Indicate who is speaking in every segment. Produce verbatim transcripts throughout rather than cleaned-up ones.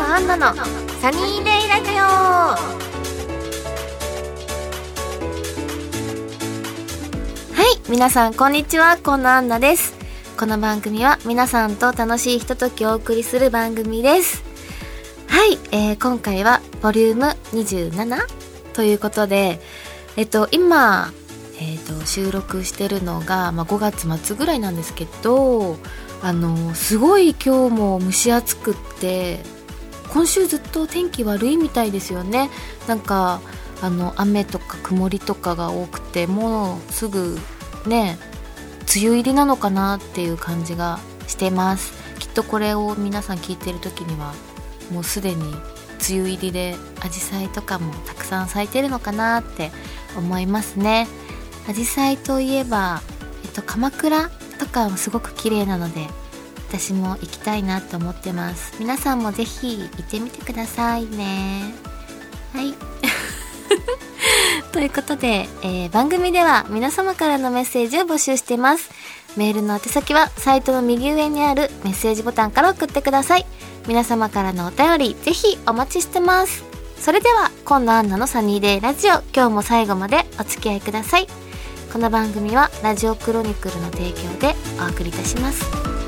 Speaker 1: ナアンナのサニーデイラジオ。はい、皆さんこんにちは、こんなアンナです。この番組は皆さんと楽しいひとときをお送りする番組です。はい、えー、今回はボリュームにじゅうななということで、えっと今、えっと収録してるのが、まあ、ごがつ末ぐらいなんですけど、あのすごい今日も蒸し暑くって、今週ずっと天気悪いみたいですよね。なんかあの雨とか曇りとかが多くて、もうすぐね梅雨入りなのかなっていう感じがしてます。きっとこれを皆さん聞いてる時にはもうすでに梅雨入りで、アジサイとかもたくさん咲いてるのかなって思いますね。アジサイといえば、えっと、鎌倉とかもすごく綺麗なので、私も行きたいなと思ってます。皆さんもぜひ行ってみてくださいね。はいということで、えー、番組では皆様からのメッセージを募集しています。メールの宛先はサイトの右上にあるメッセージボタンから送ってください。皆様からのお便りぜひお待ちしてます。それでは今野アンナのサニーデイラジオ、今日も最後までお付き合いください。この番組はラジオクロニクルの提供でお送りいたします。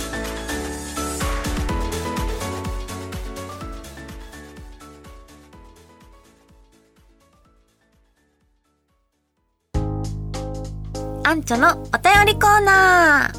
Speaker 1: アンチョのお便りコーナー。はい、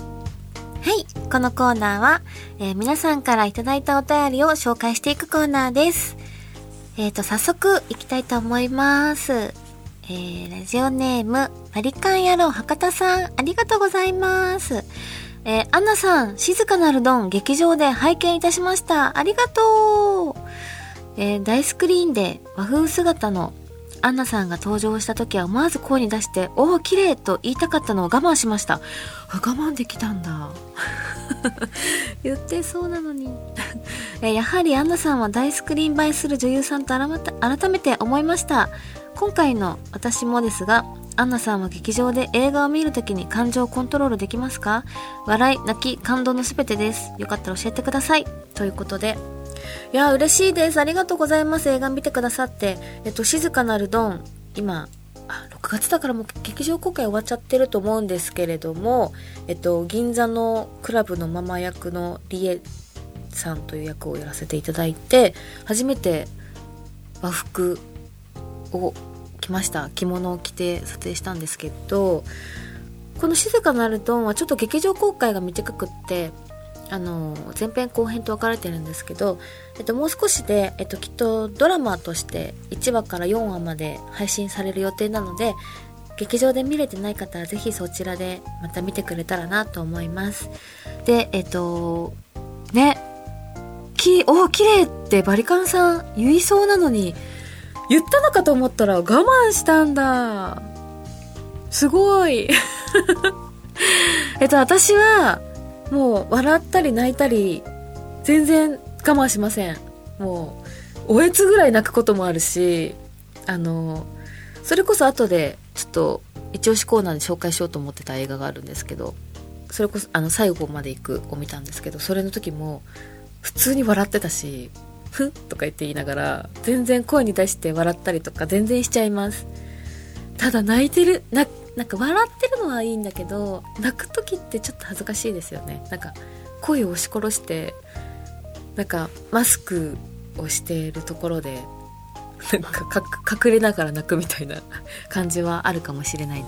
Speaker 1: このコーナーは、えー、皆さんからいただいたお便りを紹介していくコーナーです。えーと早速いきたいと思います。えー、ラジオネームバリカン野郎博多さん、ありがとうございます。えー、アンナさん、静かなるドン劇場で拝見いたしました。ありがとう。えー、大スクリーンで和風姿のアンナさんが登場した時は思わず声に出して「おー綺麗」と言いたかったのを我慢しました。我慢できたんだ言ってそうなのにえやはりアンナさんは大スクリーン映えする女優さんと改めて思いました。今回の私もですが、アンナさんは劇場で映画を見るときに感情をコントロールできますか？笑い、泣き、感動のすべてです。よかったら教えてください。ということで、いや嬉しいです。ありがとうございます。映画見てくださって。えっと静かなるドン、今あろくがつだからもう劇場公開終わっちゃってると思うんですけれども、えっと銀座のクラブのママ役のリエさんという役をやらせていただいて、初めて和服を着ました。着物を着て撮影したんですけど、この静かなるドンはちょっと劇場公開が短くって、あの前編後編と分かれてるんですけど、えっと、もう少しで、えっと、きっとドラマとしていちわからよんわまで配信される予定なので、劇場で見れてない方はぜひそちらでまた見てくれたらなと思います。で、えっとねきお綺麗ってバリカンさん言いそうなのに言ったのかと思ったら我慢したんだ。すごいえっと私はもう笑ったり泣いたり全然我慢しません。もうおえつぐらい泣くこともあるし、あのそれこそ後でちょっと一押しコーナーで紹介しようと思ってた映画があるんですけど、それこそあの最後まで行くを見たんですけど、それの時も普通に笑ってたし、ふんとか言って言いながら全然声に出して笑ったりとか全然しちゃいます。ただ泣いてるな、なんか笑ってるのはいいんだけど、泣く時ってちょっと恥ずかしいですよね。なんか声を押し殺してなんかマスクをしているところでなんか隠れながら泣くみたいな感じはあるかもしれないです。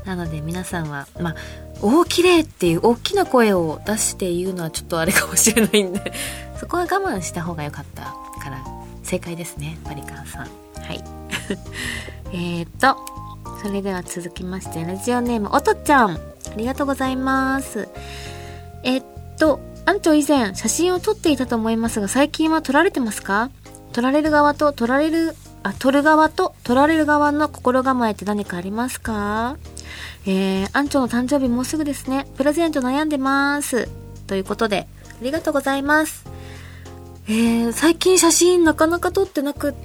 Speaker 1: なので皆さんはまあ大きれいっていう大きな声を出して言うのはちょっとあれかもしれないんでそこは我慢した方が良かったから正解ですね、バリカンさん。はいえーとそれでは続きまして、ラジオネームおとちゃん、ありがとうございます。えっとアンチョ以前写真を撮っていたと思いますが、最近は撮られてますか？撮られる側と撮られるあ撮る側と撮られる側の心構えって何かありますか？えー、アンチョの誕生日もうすぐですね。プレゼント悩んでますということで、ありがとうございます。えー、最近写真なかなか撮ってなくって、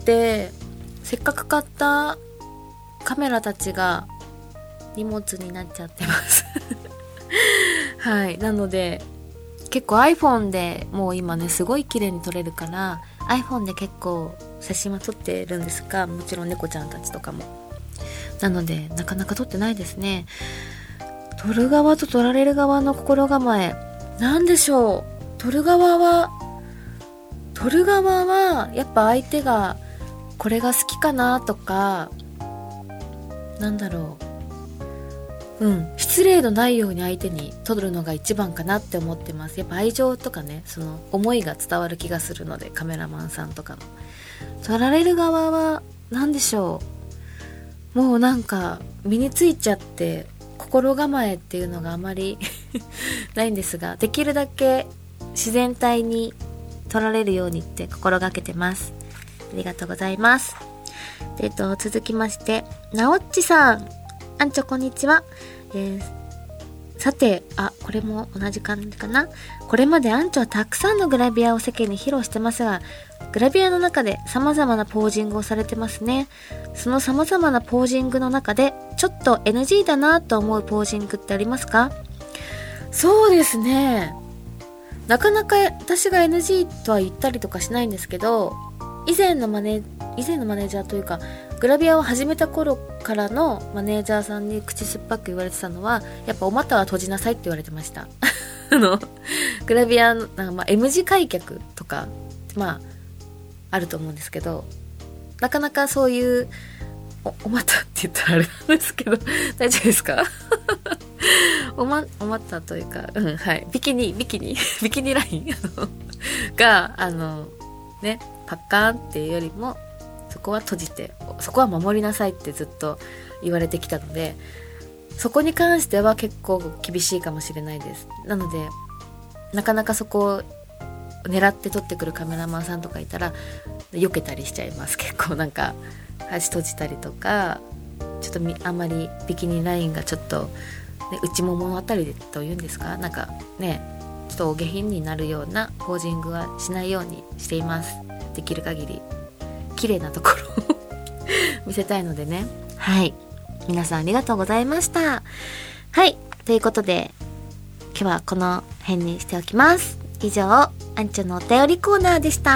Speaker 1: せっかく買ったカメラたちが荷物になっちゃってますはい、なので結構 iPhone でもう今ねすごい綺麗に撮れるから iPhone で結構写真は撮ってるんですが、もちろん猫ちゃんたちとかもなのでなかなか撮ってないですね。撮る側と撮られる側の心構えなんでしょう。撮る側は撮る側はやっぱ相手がこれが好きかなとか、なんだろう、うん失礼のないように相手に撮るのが一番かなって思ってます。やっぱ愛情とかね、その思いが伝わる気がするので、カメラマンさんとかの。撮られる側はなんでしょう、もうなんか身についちゃって心構えっていうのがあまりないんですが、できるだけ自然体に撮られるようにって心がけてます。ありがとうございます。えっと続きまして、なおっちさん、あんちょこんにちは。えー、さて、あ、これも同じ感じかな。これまでアンチョはたくさんのグラビアを世間に披露してますが、グラビアの中で様々なポージングをされてますね。その様々なポージングの中でちょっと エヌジー だなと思うポージングってありますか？そうですね、なかなか私が エヌジー とは言ったりとかしないんですけど、以前のマネ以前のマネージャーというか、グラビアを始めた頃からのマネージャーさんに口酸っぱく言われてたのは、やっぱお股は閉じなさいって言われてましたあのグラビアのなんか、まあ、M 字開脚とかまああると思うんですけど、なかなかそういうお、お股って言ったらあれなんですけど大丈夫ですかおま、お股というか、うん、はい、ビキニビキニビキニラインがあのね、パッカーンっていうよりもそこは閉じて、そこは守りなさいってずっと言われてきたので、そこに関しては結構厳しいかもしれないです。なのでなかなかそこを狙って撮ってくるカメラマンさんとかいたら避けたりしちゃいます。結構なんか足閉じたりとか、ちょっとみあんまりビキニラインがちょっと、ね、内もものあたりでというんですか、なんかねちょっとお下品になるようなポージングはしないようにしています。できる限り綺麗なところを見せたいのでね。はい、皆さんありがとうございました。はい、ということで今日はこの辺にしておきます。以上、アンチョのお便りコーナーでした。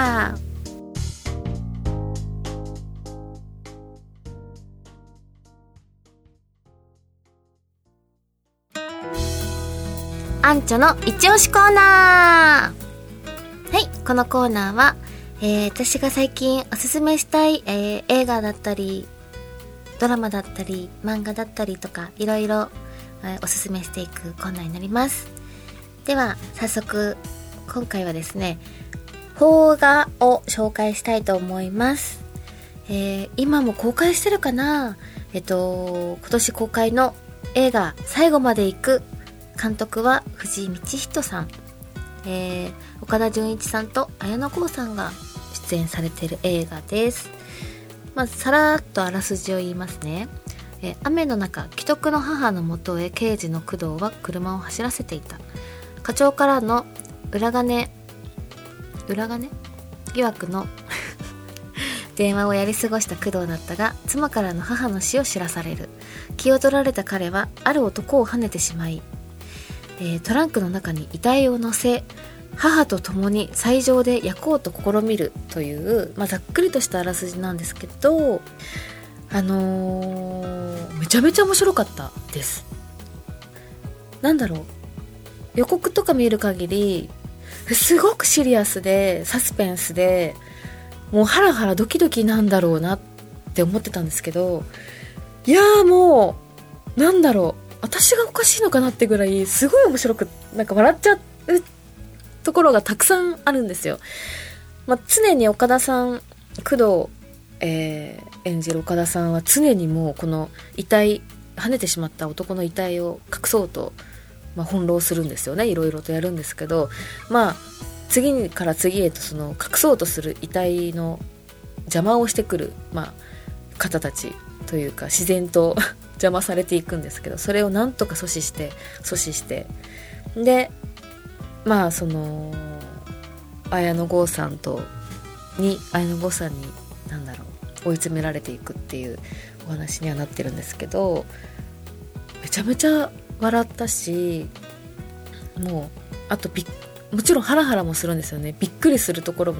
Speaker 1: アンチョの一押しコーナー。はい、このコーナーは、えー、私が最近おすすめしたい、えー、映画だったりドラマだったり漫画だったりとかいろいろ、えー、おすすめしていくコーナーになります。では早速今回はですね、邦画を紹介したいと思います。えー、今も公開してるかな。えっと今年公開の映画最後まで行く、監督は藤井道人さん、えー、岡田准一さんと綾野剛さんが出演されている映画です。まずさらっとあらすじを言いますね。えー、雨の中、既得の母のもとへ刑事の工藤は車を走らせていた。課長からの裏金裏金疑惑の電話をやり過ごした工藤だったが、妻からの母の死を知らされる。気を取られた彼はある男を跳ねてしまい、えー、トランクの中に遺体を乗せ、母と共に斎場で焼こうと試みるという、まあ、ざっくりとしたあらすじなんですけど、あのー、めちゃめちゃ面白かったです。なんだろう、予告とか見る限りすごくシリアスでサスペンスで、もうハラハラドキドキなんだろうなって思ってたんですけど、いやーもうなんだろう、私がおかしいのかなってぐらいすごい面白く、なんか笑っちゃうところがたくさんあるんですよ。まあ、常に岡田さん、工藤、えー、演じる岡田さんは常にもうこの遺体、跳ねてしまった男の遺体を隠そうと、まあ、翻弄するんですよね。いろいろとやるんですけど、まあ次から次へとその隠そうとする遺体の邪魔をしてくる、まあ、方たちというか自然と邪魔されていくんですけど、それをなんとか阻止して阻止してで、まあその綾野剛さんとに綾野剛さんに何だろう追い詰められていくっていうお話にはなってるんですけど、めちゃめちゃ笑ったし、もうあとびっもちろんハラハラもするんですよね。びっくりするところもびっ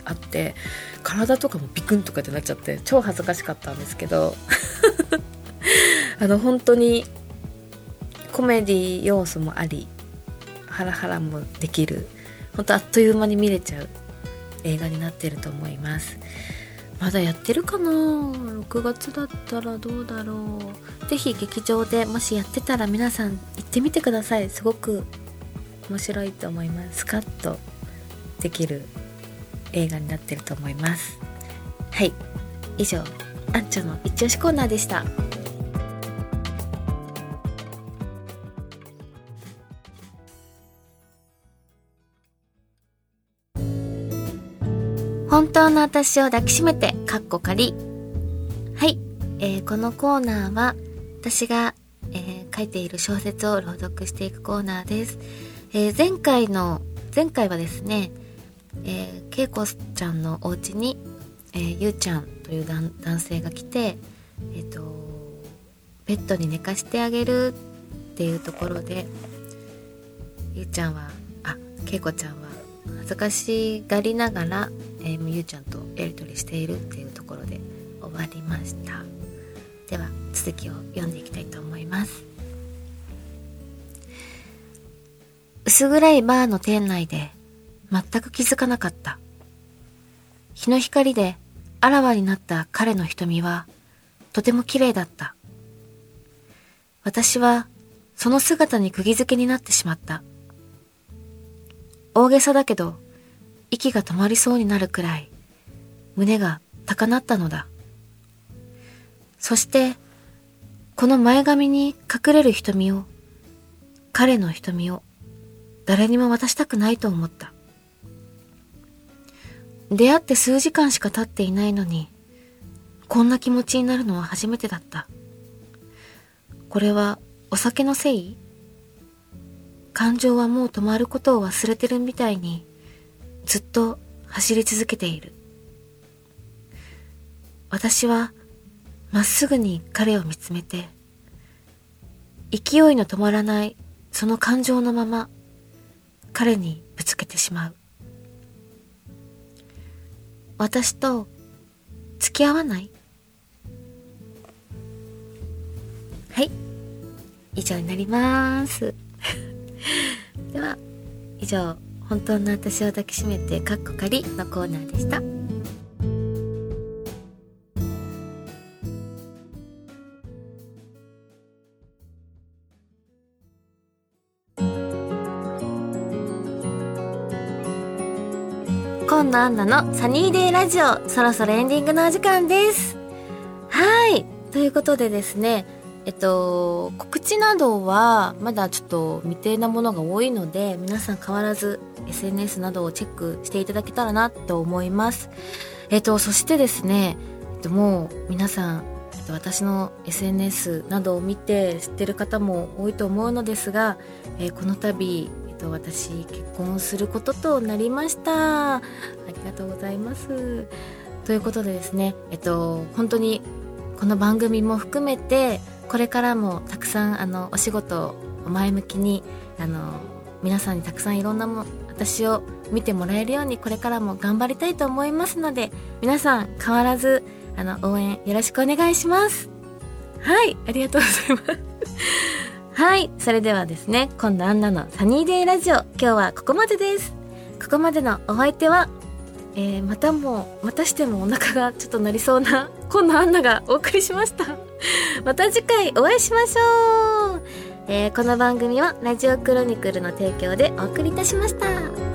Speaker 1: あって、体とかもビクンとかってなっちゃって超恥ずかしかったんですけどあの本当にコメディ要素もあり、ハラハラもできる、本当あっという間に見れちゃう映画になってると思います。まだやってるかな、ろくがつだったらどうだろう。ぜひ劇場でもしやってたら皆さん行ってみてください。すごく面白いと思います。スカッとできる映画になってると思います。はい、以上アンチョの一押しコーナーでした。本当の私を抱きしめてかっこ仮。はい、えー、このコーナーは私が、えー、書いている小説を朗読していくコーナーです。えー、前回の前回はですね、えー、けいこちゃんのお家に、えー、ゆうちゃんという男性が来て、えーと、ベッドに寝かしてあげるっていうところで、ゆうちゃんはあけいこちゃんは恥ずかしがりながら、えー、ゆうちゃんとやり取りしているっていうところで終わりました。では続きを読んでいきたいと思います。薄暗いバーの店内で全く気づかなかった。日の光であらわになった彼の瞳はとても綺麗だった。私はその姿に釘付けになってしまった。大げさだけど息が止まりそうになるくらい胸が高鳴ったのだ。そしてこの前髪に隠れる瞳を、彼の瞳を誰にも渡したくないと思った。出会って数時間しか経っていないのにこんな気持ちになるのは初めてだった。これはお酒のせい？感情はもう止まることを忘れてるみたいにずっと走り続けている。私はまっすぐに彼を見つめて、勢いの止まらないその感情のまま彼にぶつけてしまう。私と付き合わない？はい、以上になりますでは以上、本当の私を抱きしめてかっこ仮のコーナーでした。今野アンナのサニーデイラジオ、そろそろエンディングのお時間です。はい、ということでですね、えっと告知などはまだちょっと未定なものが多いので、皆さん変わらず エスエヌエス などをチェックしていただけたらなと思います。えっとそしてですね、えっと、もう皆さん、えっと、私の エスエヌエス などを見て知ってる方も多いと思うのですが、えー、この度私結婚することとなりました。ありがとうございます。ということでですね、えっと本当にこの番組も含めてこれからもたくさんあのお仕事を前向きに、あの皆さんにたくさんいろんなも私を見てもらえるようにこれからも頑張りたいと思いますので、皆さん変わらずあの応援よろしくお願いします。はい、ありがとうございますはい、それではですね、今度アンナのサニーデイラジオ、今日はここまでです。ここまでのお相手は、えー、またもまたしてもお腹がちょっとなりそうな今度アンナがお送りしましたまた次回お会いしましょう。えー、この番組はラジオクロニクルの提供でお送りいたしました。